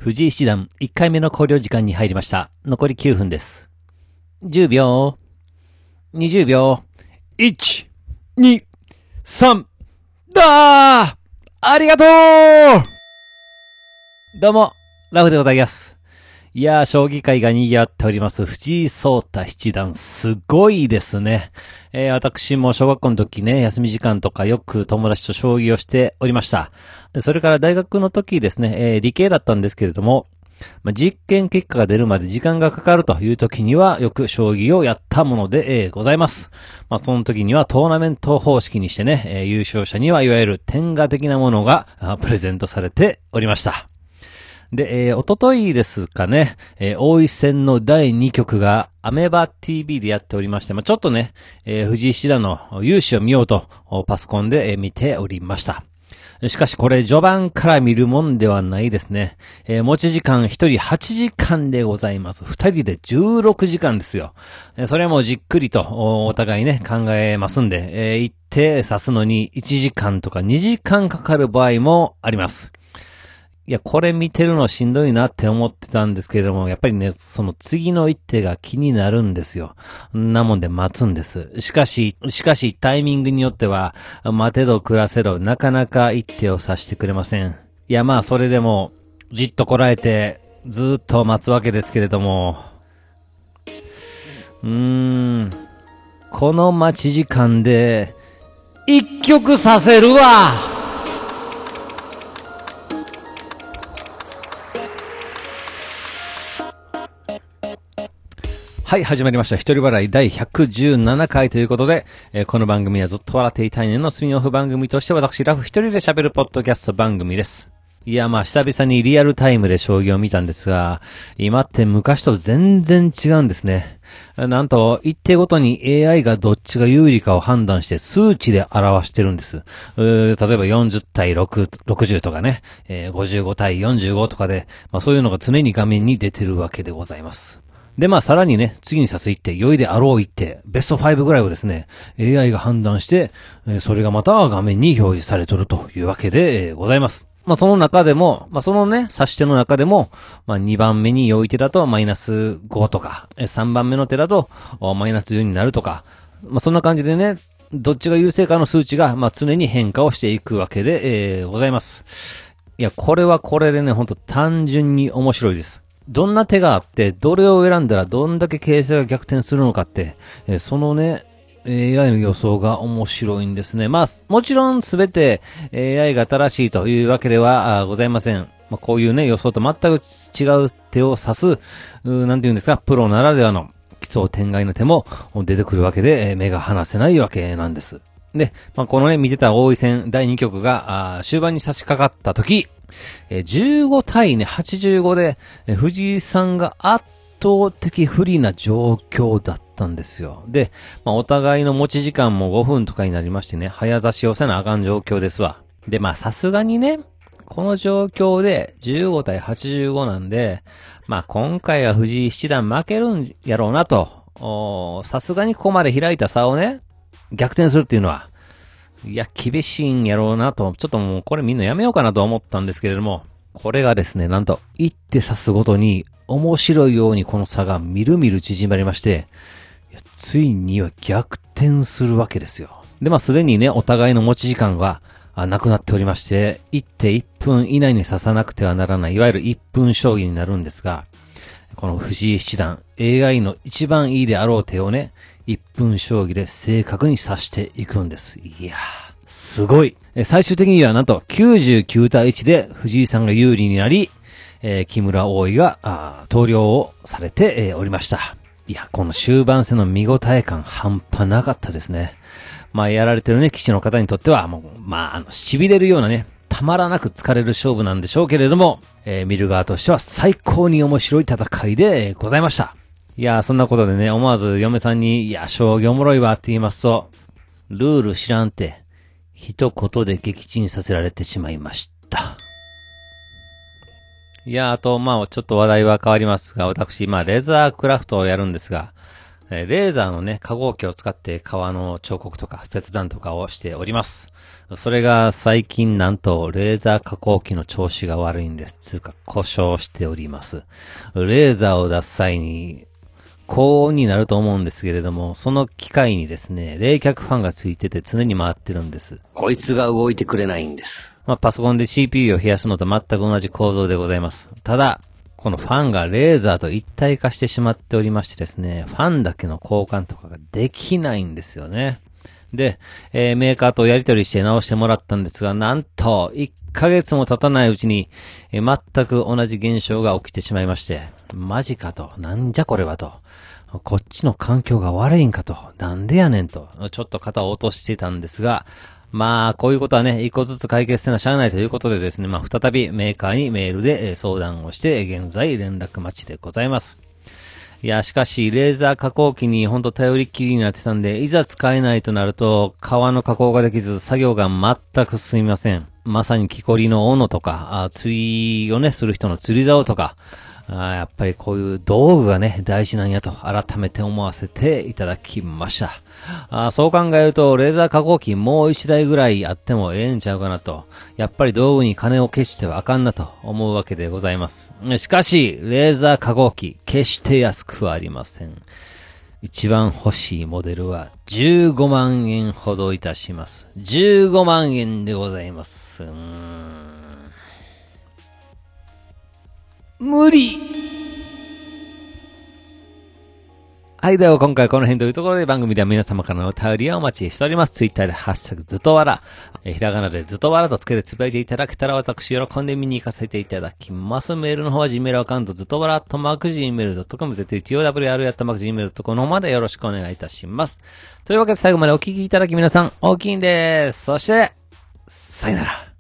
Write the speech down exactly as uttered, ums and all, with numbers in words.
藤井七段いっかいめの考慮時間に入りました。残りきゅうふんです。じゅうびょう、にじゅうびょう、いち、に、さん、だーありがとうどうも、ラフでございます。いやー、将棋界が賑わっております藤井聡太七段、すごいですね。えー、私も小学校の時ね、休み時間とかよく友達と将棋をしておりました。それから大学の時ですね、えー、理系だったんですけれども、まあ、実験結果が出るまで時間がかかるという時にはよく将棋をやったもので、えー、ございます。まあ、その時にはトーナメント方式にしてね、えー、優勝者にはいわゆる天下的なものがプレゼントされておりました。で、えー、おとといですかね、えー、王位戦のだいにきょくがアメバ ティーブイ でやっておりまして、まあ、ちょっとね、えー、藤井七段の勇姿を見ようとパソコンで、えー、見ておりました。しかしこれ序盤から見るもんではないですね。えー、持ち時間ひとりはちじかんでございます。ふたりでじゅうろくじかんですよ。えー、それもじっくりとお互いね考えますんで、えー、行って指すのにいちじかんとかにじかんかかる場合もあります。いや、これ見てるのしんどいなって思ってたんですけれども、やっぱりね、その次の一手が気になるんですよ。なもんで待つんです。しかし、しかしタイミングによっては、待てど暮らせど、なかなか一手を指してくれません。いや、まあ、それでも、じっとこらえて、ずーっと待つわけですけれども、うーん、この待ち時間で、一局させるわはい、始まりました。一人笑いだいひゃくじゅうななかいということで、えー、この番組はずっと笑っていたいねのスピンオフ番組として私ラフ一人で喋るポッドキャスト番組です。いや、まあ久々にリアルタイムで将棋を見たんですが、今って昔と全然違うんですね。なんと、一手ごとに エーアイ がどっちが有利かを判断して数値で表してるんです。うー例えばよんじゅうたいろく、ろくじゅうとかね、えー、ごじゅうごたいよんじゅうごとかで、まあそういうのが常に画面に出てるわけでございます。で、まあ、さらにね、次に指す一手、良いであろう一手、ベストごぐらいをですね、エーアイ が判断して、えー、それがまた画面に表示されとるというわけで、えー、ございます。まあ、その中でも、まあ、そのね、指し手の中でも、まあ、にばんめに良い手だとマイナスごとか、さんばんめの手だとマイナスじゅうになるとか、まあ、そんな感じでね、どっちが優勢かの数値が、まあ、常に変化をしていくわけで、えー、ございます。いや、これはこれでね、ほんと単純に面白いです。どんな手があって、どれを選んだらどんだけ形勢が逆転するのかって、えー、そのね、エーアイ の予想が面白いんですね。まあ、もちろんすべて エーアイ が正しいというわけではございません。まあ、こういうね、予想と全く違う手を指す、なんていうんですか、プロならではの奇想天外の手も出てくるわけで、目が離せないわけなんです。で、まあ、このね、見てた王位戦だいにきょくが、終盤に差し掛かった時、じゅうごたいはちじゅうごで、藤井さんが圧倒的不利な状況だったんですよ。で、まあ、お互いの持ち時間もごふんとかになりましてね、早指しをせなあかん状況ですわ。で、まあ、さすがにね、この状況でじゅうごたいはちじゅうごなんで、まあ、今回は藤井七段負けるんやろうなと、さすがにここまで開いた差をね、逆転するっていうのは、いや、厳しいんやろうなと、ちょっともうこれみんなやめようかなと思ったんですけれども、これがですね、なんと、一手指すごとに、面白いようにこの差がみるみる縮まりまして、いやついには逆転するわけですよ。で、まあ、すでにね、お互いの持ち時間が、あ、なくなっておりまして、一手いっぷん以内に指さなくてはならない、いわゆるいっぷん将棋になるんですが、この藤井七段、エーアイ の一番いいであろう手をね、いっぷん将棋で正確に指していくんです。いやー、すごい。最終的にはなんときゅうじゅうきゅうたいいちで藤井さんが有利になり、えー、木村大井があ投了をされて、えー、おりました。いや、この終盤戦の見応え感半端なかったですね。まあ、やられてるね、棋士の方にとっては、もう、まあ、あの、痺れるようなね、たまらなく疲れる勝負なんでしょうけれども、えー、見る側としては最高に面白い戦いでございました。いやー、そんなことでね、思わず嫁さんに、いや、将棋おもろいわって言いますと、ルール知らんて、一言で撃沈させられてしまいました。いやー、あと、まあ、ちょっと話題は変わりますが、私、まあ、レザークラフトをやるんですが、 レーザーのね、化合機を使って革の彫刻とか切断とかをしております。それが最近なんとレーザー加工機の調子が悪いんです。つうか故障しております。レーザーを出す際に高温になると思うんですけれども、その機械にですね、冷却ファンがついてて常に回ってるんです。 こいつが動いてくれないんです。 まあ、パソコンで シーピーユー を冷やすのと全く同じ構造でございます。ただ、このファンがレーザーと一体化してしまっておりましてですね、ファンだけの交換とかができないんですよね。で、えー、メーカーとやり取りして直してもらったんですが、なんと、いっかげつも経たないうちに、えー、全く同じ現象が起きてしまいまして、マジかと、なんじゃこれはと、こっちの環境が悪いんかと、なんでやねんと、ちょっと肩を落としてたんですが、まあ、こういうことはね、一個ずつ解決せなしゃあないということでですね、まあ、再びメーカーにメールで相談をして、現在連絡待ちでございます。いや、しかし、レーザー加工機にほんと頼りっきりになってたんで、いざ使えないとなると、革の加工ができず、作業が全く進みません。まさに木こりの斧とか、あ釣りをね、する人の釣り竿とか、あやっぱりこういう道具がね、大事なんやと改めて思わせていただきました。あそう考えると、レーザー加工機もう一台ぐらいあってもええんちゃうかなと。やっぱり道具に金を消してはあかんなと思うわけでございます。しかし、レーザー加工機、決して安くはありません。一番欲しいモデルはじゅうごまんえんほどいたします。じゅうごまんえんでございます。うーん無理はい、では今回この辺というところで番組では皆様からのお便りをお待ちしております。ツイッターでハッシュタグずとわら、えひらがなでずとわらとつけてつぶやいていただけたら私喜んで見に行かせていただきます。メールの方は Gmail アカウントずとわらとマーク ジーメールドットコム ゼットユーティーオーダブリューアール アットマーク ジーメールドットコム の方までよろしくお願いいたします。というわけで最後までお聞きいただき皆さん大きいんです。そして、さよなら。